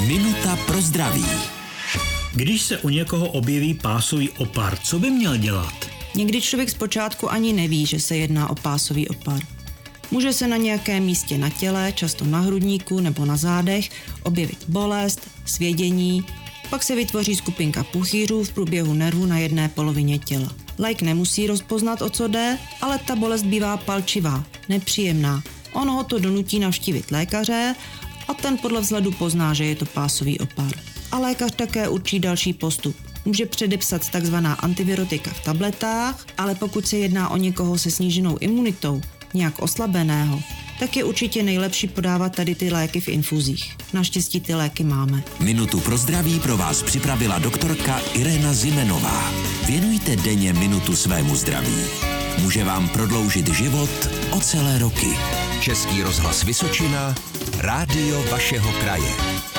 Minuta pro zdraví. Když se u někoho objeví pásový opar, co by měl dělat? Někdy člověk zpočátku ani neví, že se jedná o pásový opar. Může se na nějakém místě na těle, často na hrudníku nebo na zádech, objevit bolest, svědění, pak se vytvoří skupinka puchýřů v průběhu nervu na jedné polovině těla. Laik nemusí rozpoznat, o co jde, ale ta bolest bývá palčivá, nepříjemná. On ho to donutí navštívit lékaře a ten podle vzhledu pozná, že je to pásový opar. A lékař také určí další postup. Může předepsat takzvaná antivirotika v tabletách, ale pokud se jedná o někoho se sníženou imunitou, nějak oslabeného, tak je určitě nejlepší podávat tady ty léky v infuzích. Naštěstí ty léky máme. Minutu pro zdraví pro vás připravila doktorka Irena Zimenová. Věnujte denně minutu svému zdraví. Může vám prodloužit život o celé roky. Český rozhlas Vysočina, rádio vašeho kraje.